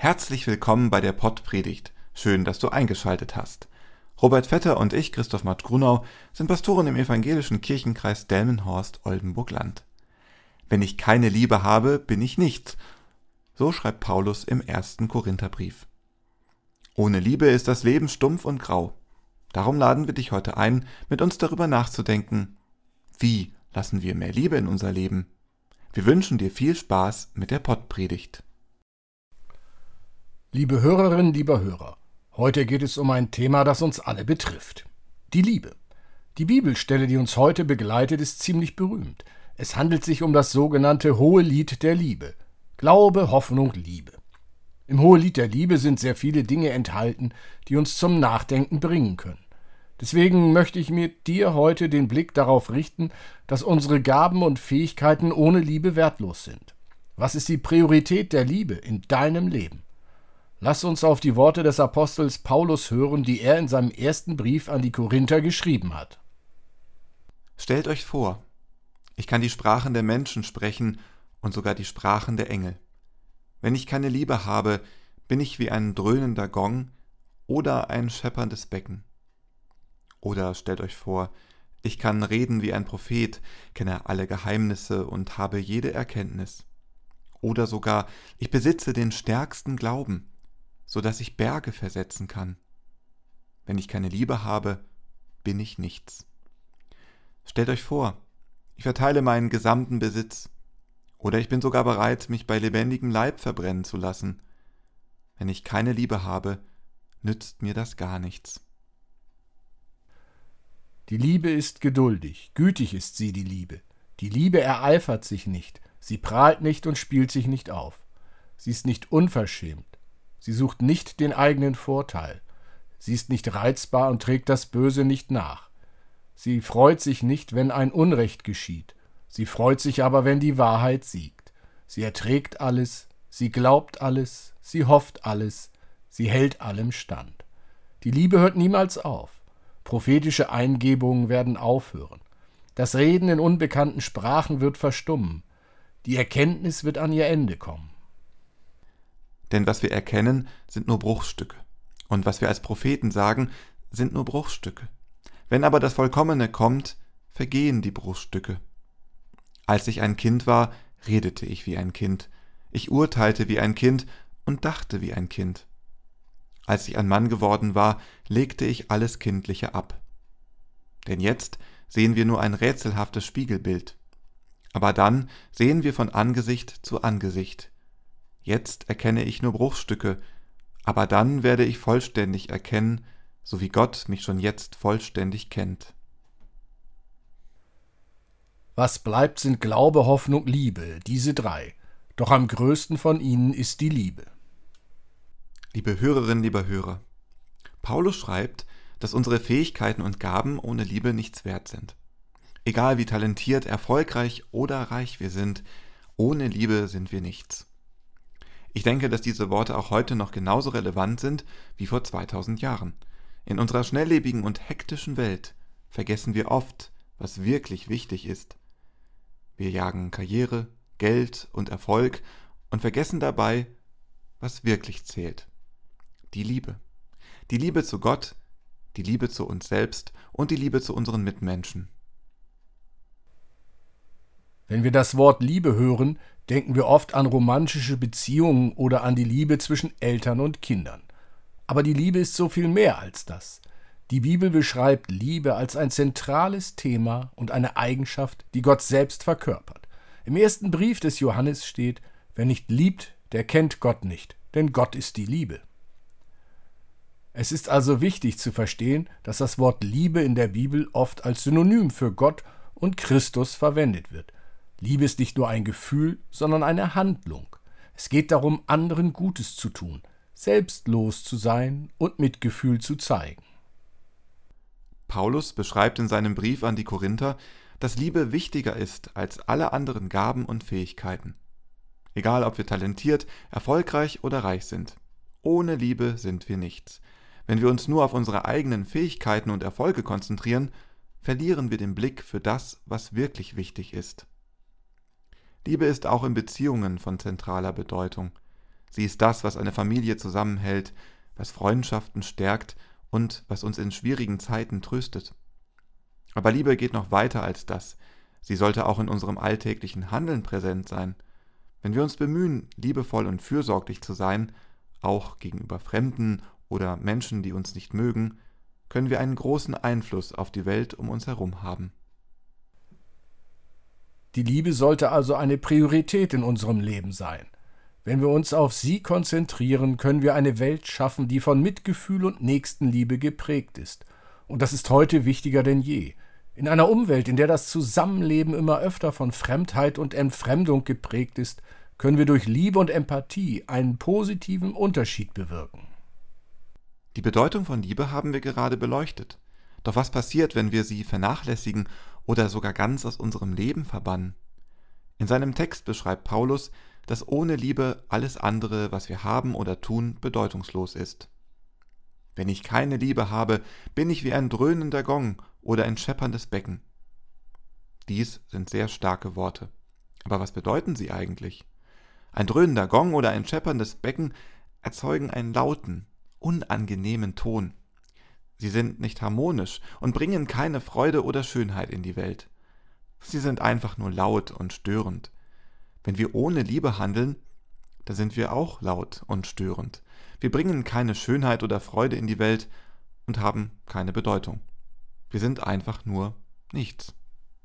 Herzlich willkommen bei der Pottpredigt. Schön, dass du eingeschaltet hast. Robert Vetter und ich, Christoph Matsch-Grunau, sind Pastoren im evangelischen Kirchenkreis Delmenhorst-Oldenburg-Land. Wenn ich keine Liebe habe, bin ich nichts. So schreibt Paulus im 1. Korintherbrief. Ohne Liebe ist das Leben stumpf und grau. Darum laden wir dich heute ein, mit uns darüber nachzudenken, wie lassen wir mehr Liebe in unser Leben? Wir wünschen dir viel Spaß mit der Pottpredigt. Liebe Hörerinnen, lieber Hörer, heute geht es um ein Thema, das uns alle betrifft. Die Liebe. Die Bibelstelle, die uns heute begleitet, ist ziemlich berühmt. Es handelt sich um das sogenannte Hohelied der Liebe. Glaube, Hoffnung, Liebe. Im Hohelied der Liebe sind sehr viele Dinge enthalten, die uns zum Nachdenken bringen können. Deswegen möchte ich mit dir heute den Blick darauf richten, dass unsere Gaben und Fähigkeiten ohne Liebe wertlos sind. Was ist die Priorität der Liebe in deinem Leben? Lass uns auf die Worte des Apostels Paulus hören, die er in seinem ersten Brief an die Korinther geschrieben hat. Stellt euch vor, ich kann die Sprachen der Menschen sprechen und sogar die Sprachen der Engel. Wenn ich keine Liebe habe, bin ich wie ein dröhnender Gong oder ein schepperndes Becken. Oder stellt euch vor, ich kann reden wie ein Prophet, kenne alle Geheimnisse und habe jede Erkenntnis. Oder sogar, ich besitze den stärksten Glauben, so dass ich Berge versetzen kann. Wenn ich keine Liebe habe, bin ich nichts. Stellt euch vor, ich verteile meinen gesamten Besitz, oder ich bin sogar bereit, mich bei lebendigem Leib verbrennen zu lassen. Wenn ich keine Liebe habe, nützt mir das gar nichts. Die Liebe ist geduldig, gütig ist sie, die Liebe. Die Liebe ereifert sich nicht, sie prahlt nicht und spielt sich nicht auf. Sie ist nicht unverschämt. Sie sucht nicht den eigenen Vorteil. Sie ist nicht reizbar und trägt das Böse nicht nach. Sie freut sich nicht, wenn ein Unrecht geschieht. Sie freut sich aber, wenn die Wahrheit siegt. Sie erträgt alles, sie glaubt alles, sie hofft alles, sie hält allem stand. Die Liebe hört niemals auf. Prophetische Eingebungen werden aufhören. Das Reden in unbekannten Sprachen wird verstummen. Die Erkenntnis wird an ihr Ende kommen. Denn was wir erkennen, sind nur Bruchstücke. Und was wir als Propheten sagen, sind nur Bruchstücke. Wenn aber das Vollkommene kommt, vergehen die Bruchstücke. Als ich ein Kind war, redete ich wie ein Kind. Ich urteilte wie ein Kind und dachte wie ein Kind. Als ich ein Mann geworden war, legte ich alles Kindliche ab. Denn jetzt sehen wir nur ein rätselhaftes Spiegelbild. Aber dann sehen wir von Angesicht zu Angesicht. Jetzt erkenne ich nur Bruchstücke, aber dann werde ich vollständig erkennen, so wie Gott mich schon jetzt vollständig kennt. Was bleibt, sind Glaube, Hoffnung, Liebe, diese drei. Doch am größten von ihnen ist die Liebe. Liebe Hörerinnen, lieber Hörer, Paulus schreibt, dass unsere Fähigkeiten und Gaben ohne Liebe nichts wert sind. Egal wie talentiert, erfolgreich oder reich wir sind, ohne Liebe sind wir nichts. Ich denke, dass diese Worte auch heute noch genauso relevant sind wie vor 2000 Jahren. In unserer schnelllebigen und hektischen Welt vergessen wir oft, was wirklich wichtig ist. Wir jagen Karriere, Geld und Erfolg und vergessen dabei, was wirklich zählt. Die Liebe. Die Liebe zu Gott, die Liebe zu uns selbst und die Liebe zu unseren Mitmenschen. Wenn wir das Wort Liebe hören, denken wir oft an romantische Beziehungen oder an die Liebe zwischen Eltern und Kindern. Aber die Liebe ist so viel mehr als das. Die Bibel beschreibt Liebe als ein zentrales Thema und eine Eigenschaft, die Gott selbst verkörpert. Im ersten Brief des Johannes steht: Wer nicht liebt, der kennt Gott nicht, denn Gott ist die Liebe. Es ist also wichtig zu verstehen, dass das Wort Liebe in der Bibel oft als Synonym für Gott und Christus verwendet wird. Liebe ist nicht nur ein Gefühl, sondern eine Handlung. Es geht darum, anderen Gutes zu tun, selbstlos zu sein und Mitgefühl zu zeigen. Paulus beschreibt in seinem Brief an die Korinther, dass Liebe wichtiger ist als alle anderen Gaben und Fähigkeiten. Egal, ob wir talentiert, erfolgreich oder reich sind. Ohne Liebe sind wir nichts. Wenn wir uns nur auf unsere eigenen Fähigkeiten und Erfolge konzentrieren, verlieren wir den Blick für das, was wirklich wichtig ist. Liebe ist auch in Beziehungen von zentraler Bedeutung. Sie ist das, was eine Familie zusammenhält, was Freundschaften stärkt und was uns in schwierigen Zeiten tröstet. Aber Liebe geht noch weiter als das. Sie sollte auch in unserem alltäglichen Handeln präsent sein. Wenn wir uns bemühen, liebevoll und fürsorglich zu sein, auch gegenüber Fremden oder Menschen, die uns nicht mögen, können wir einen großen Einfluss auf die Welt um uns herum haben. Die Liebe sollte also eine Priorität in unserem Leben sein. Wenn wir uns auf sie konzentrieren, können wir eine Welt schaffen, die von Mitgefühl und Nächstenliebe geprägt ist. Und das ist heute wichtiger denn je. In einer Umwelt, in der das Zusammenleben immer öfter von Fremdheit und Entfremdung geprägt ist, können wir durch Liebe und Empathie einen positiven Unterschied bewirken. Die Bedeutung von Liebe haben wir gerade beleuchtet. Doch was passiert, wenn wir sie vernachlässigen oder sogar ganz aus unserem Leben verbannen? In seinem Text beschreibt Paulus, dass ohne Liebe alles andere, was wir haben oder tun, bedeutungslos ist. Wenn ich keine Liebe habe, bin ich wie ein dröhnender Gong oder ein schepperndes Becken. Dies sind sehr starke Worte. Aber was bedeuten sie eigentlich? Ein dröhnender Gong oder ein schepperndes Becken erzeugen einen lauten, unangenehmen Ton. Sie sind nicht harmonisch und bringen keine Freude oder Schönheit in die Welt. Sie sind einfach nur laut und störend. Wenn wir ohne Liebe handeln, dann sind wir auch laut und störend. Wir bringen keine Schönheit oder Freude in die Welt und haben keine Bedeutung. Wir sind einfach nur nichts.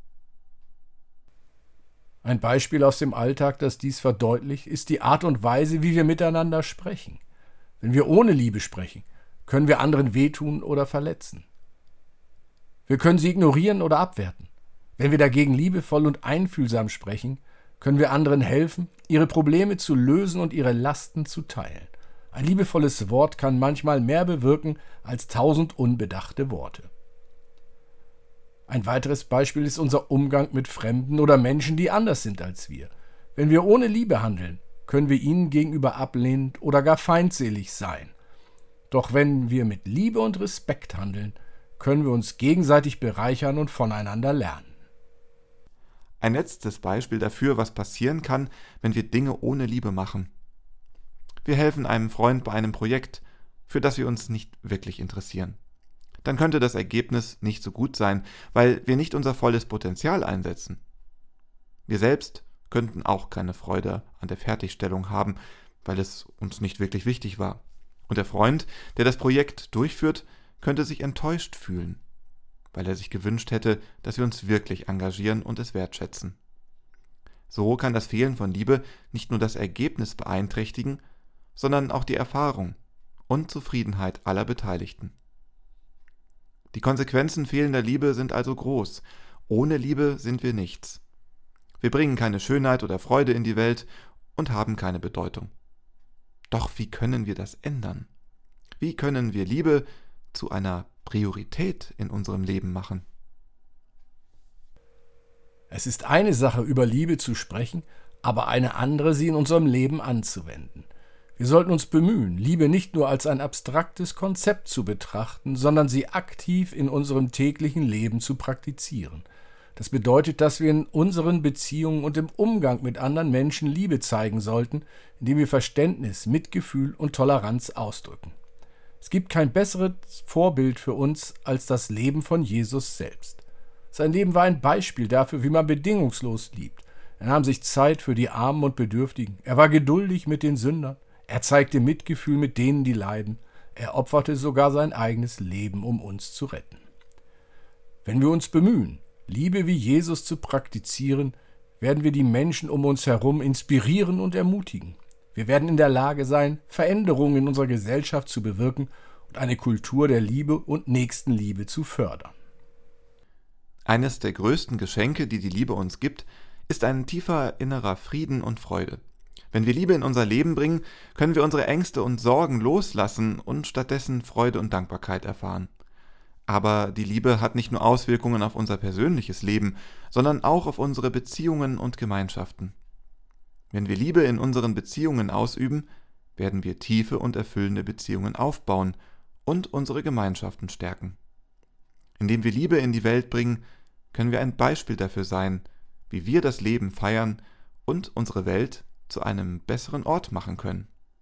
Ein Beispiel aus dem Alltag, das dies verdeutlicht, ist die Art und Weise, wie wir miteinander sprechen. Wenn wir ohne Liebe sprechen, können wir anderen wehtun oder verletzen. Wir können sie ignorieren oder abwerten. Wenn wir dagegen liebevoll und einfühlsam sprechen, können wir anderen helfen, ihre Probleme zu lösen und ihre Lasten zu teilen. Ein liebevolles Wort kann manchmal mehr bewirken als 1000 unbedachte Worte. Ein weiteres Beispiel ist unser Umgang mit Fremden oder Menschen, die anders sind als wir. Wenn wir ohne Liebe handeln, können wir ihnen gegenüber ablehnend oder gar feindselig sein. Doch wenn wir mit Liebe und Respekt handeln, können wir uns gegenseitig bereichern und voneinander lernen. Ein letztes Beispiel dafür, was passieren kann, wenn wir Dinge ohne Liebe machen. Wir helfen einem Freund bei einem Projekt, für das wir uns nicht wirklich interessieren. Dann könnte das Ergebnis nicht so gut sein, weil wir nicht unser volles Potenzial einsetzen. Wir selbst könnten auch keine Freude an der Fertigstellung haben, weil es uns nicht wirklich wichtig war. Und der Freund, der das Projekt durchführt, könnte sich enttäuscht fühlen, weil er sich gewünscht hätte, dass wir uns wirklich engagieren und es wertschätzen. So kann das Fehlen von Liebe nicht nur das Ergebnis beeinträchtigen, sondern auch die Erfahrung und Zufriedenheit aller Beteiligten. Die Konsequenzen fehlender Liebe sind also groß. Ohne Liebe sind wir nichts. Wir bringen keine Schönheit oder Freude in die Welt und haben keine Bedeutung. Doch wie können wir das ändern? Wie können wir Liebe zu einer Priorität in unserem Leben machen? Es ist eine Sache, über Liebe zu sprechen, aber eine andere, sie in unserem Leben anzuwenden. Wir sollten uns bemühen, Liebe nicht nur als ein abstraktes Konzept zu betrachten, sondern sie aktiv in unserem täglichen Leben zu praktizieren. Das bedeutet, dass wir in unseren Beziehungen und im Umgang mit anderen Menschen Liebe zeigen sollten, indem wir Verständnis, Mitgefühl und Toleranz ausdrücken. Es gibt kein besseres Vorbild für uns als das Leben von Jesus selbst. Sein Leben war ein Beispiel dafür, wie man bedingungslos liebt. Er nahm sich Zeit für die Armen und Bedürftigen. Er war geduldig mit den Sündern. Er zeigte Mitgefühl mit denen, die leiden. Er opferte sogar sein eigenes Leben, um uns zu retten. Wenn wir uns bemühen, Liebe wie Jesus zu praktizieren, werden wir die Menschen um uns herum inspirieren und ermutigen. Wir werden in der Lage sein, Veränderungen in unserer Gesellschaft zu bewirken und eine Kultur der Liebe und Nächstenliebe zu fördern. Eines der größten Geschenke, die die Liebe uns gibt, ist ein tiefer innerer Frieden und Freude. Wenn wir Liebe in unser Leben bringen, können wir unsere Ängste und Sorgen loslassen und stattdessen Freude und Dankbarkeit erfahren. Aber die Liebe hat nicht nur Auswirkungen auf unser persönliches Leben, sondern auch auf unsere Beziehungen und Gemeinschaften. Wenn wir Liebe in unseren Beziehungen ausüben, werden wir tiefe und erfüllende Beziehungen aufbauen und unsere Gemeinschaften stärken. Indem wir Liebe in die Welt bringen, können wir ein Beispiel dafür sein, wie wir das Leben feiern und unsere Welt zu einem besseren Ort machen können.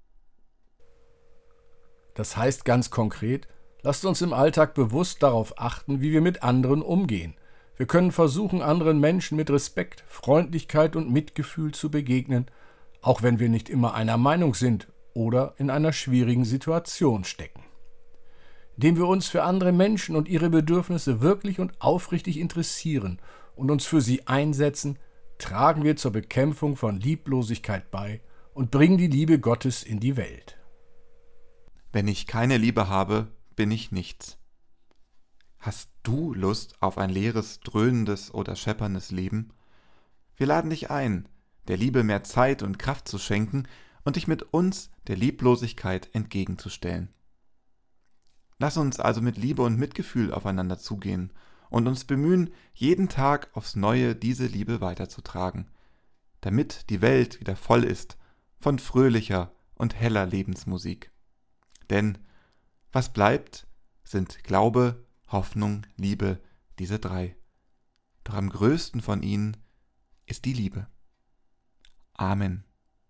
Das heißt ganz konkret, lasst uns im Alltag bewusst darauf achten, wie wir mit anderen umgehen. Wir können versuchen, anderen Menschen mit Respekt, Freundlichkeit und Mitgefühl zu begegnen, auch wenn wir nicht immer einer Meinung sind oder in einer schwierigen Situation stecken. Indem wir uns für andere Menschen und ihre Bedürfnisse wirklich und aufrichtig interessieren und uns für sie einsetzen, tragen wir zur Bekämpfung von Lieblosigkeit bei und bringen die Liebe Gottes in die Welt. Wenn ich keine Liebe habe, bin ich nichts. Hast du Lust auf ein leeres, dröhnendes oder schepperndes Leben? Wir laden dich ein, der Liebe mehr Zeit und Kraft zu schenken und dich mit uns der Lieblosigkeit entgegenzustellen. Lass uns also mit Liebe und Mitgefühl aufeinander zugehen und uns bemühen, jeden Tag aufs Neue diese Liebe weiterzutragen, damit die Welt wieder voll ist von fröhlicher und heller Lebensmusik. Denn was bleibt, sind Glaube, Hoffnung, Liebe, diese drei. Doch am größten von ihnen ist die Liebe. Amen.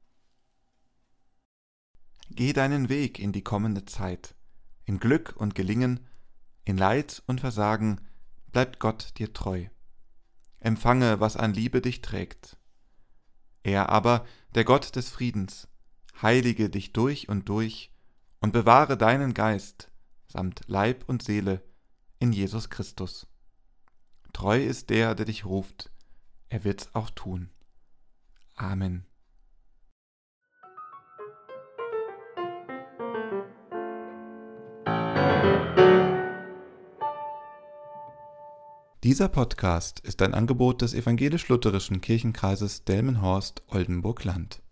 Geh deinen Weg in die kommende Zeit. In Glück und Gelingen, in Leid und Versagen bleibt Gott dir treu. Empfange, was an Liebe dich trägt. Er aber, der Gott des Friedens, heilige dich durch und bewahre deinen Geist samt Leib und Seele in Jesus Christus. Treu ist der dich ruft, er wird's auch tun. Amen. Dieser Podcast ist ein Angebot des Evangelisch-Lutherischen Kirchenkreises Delmenhorst-Oldenburg-Land.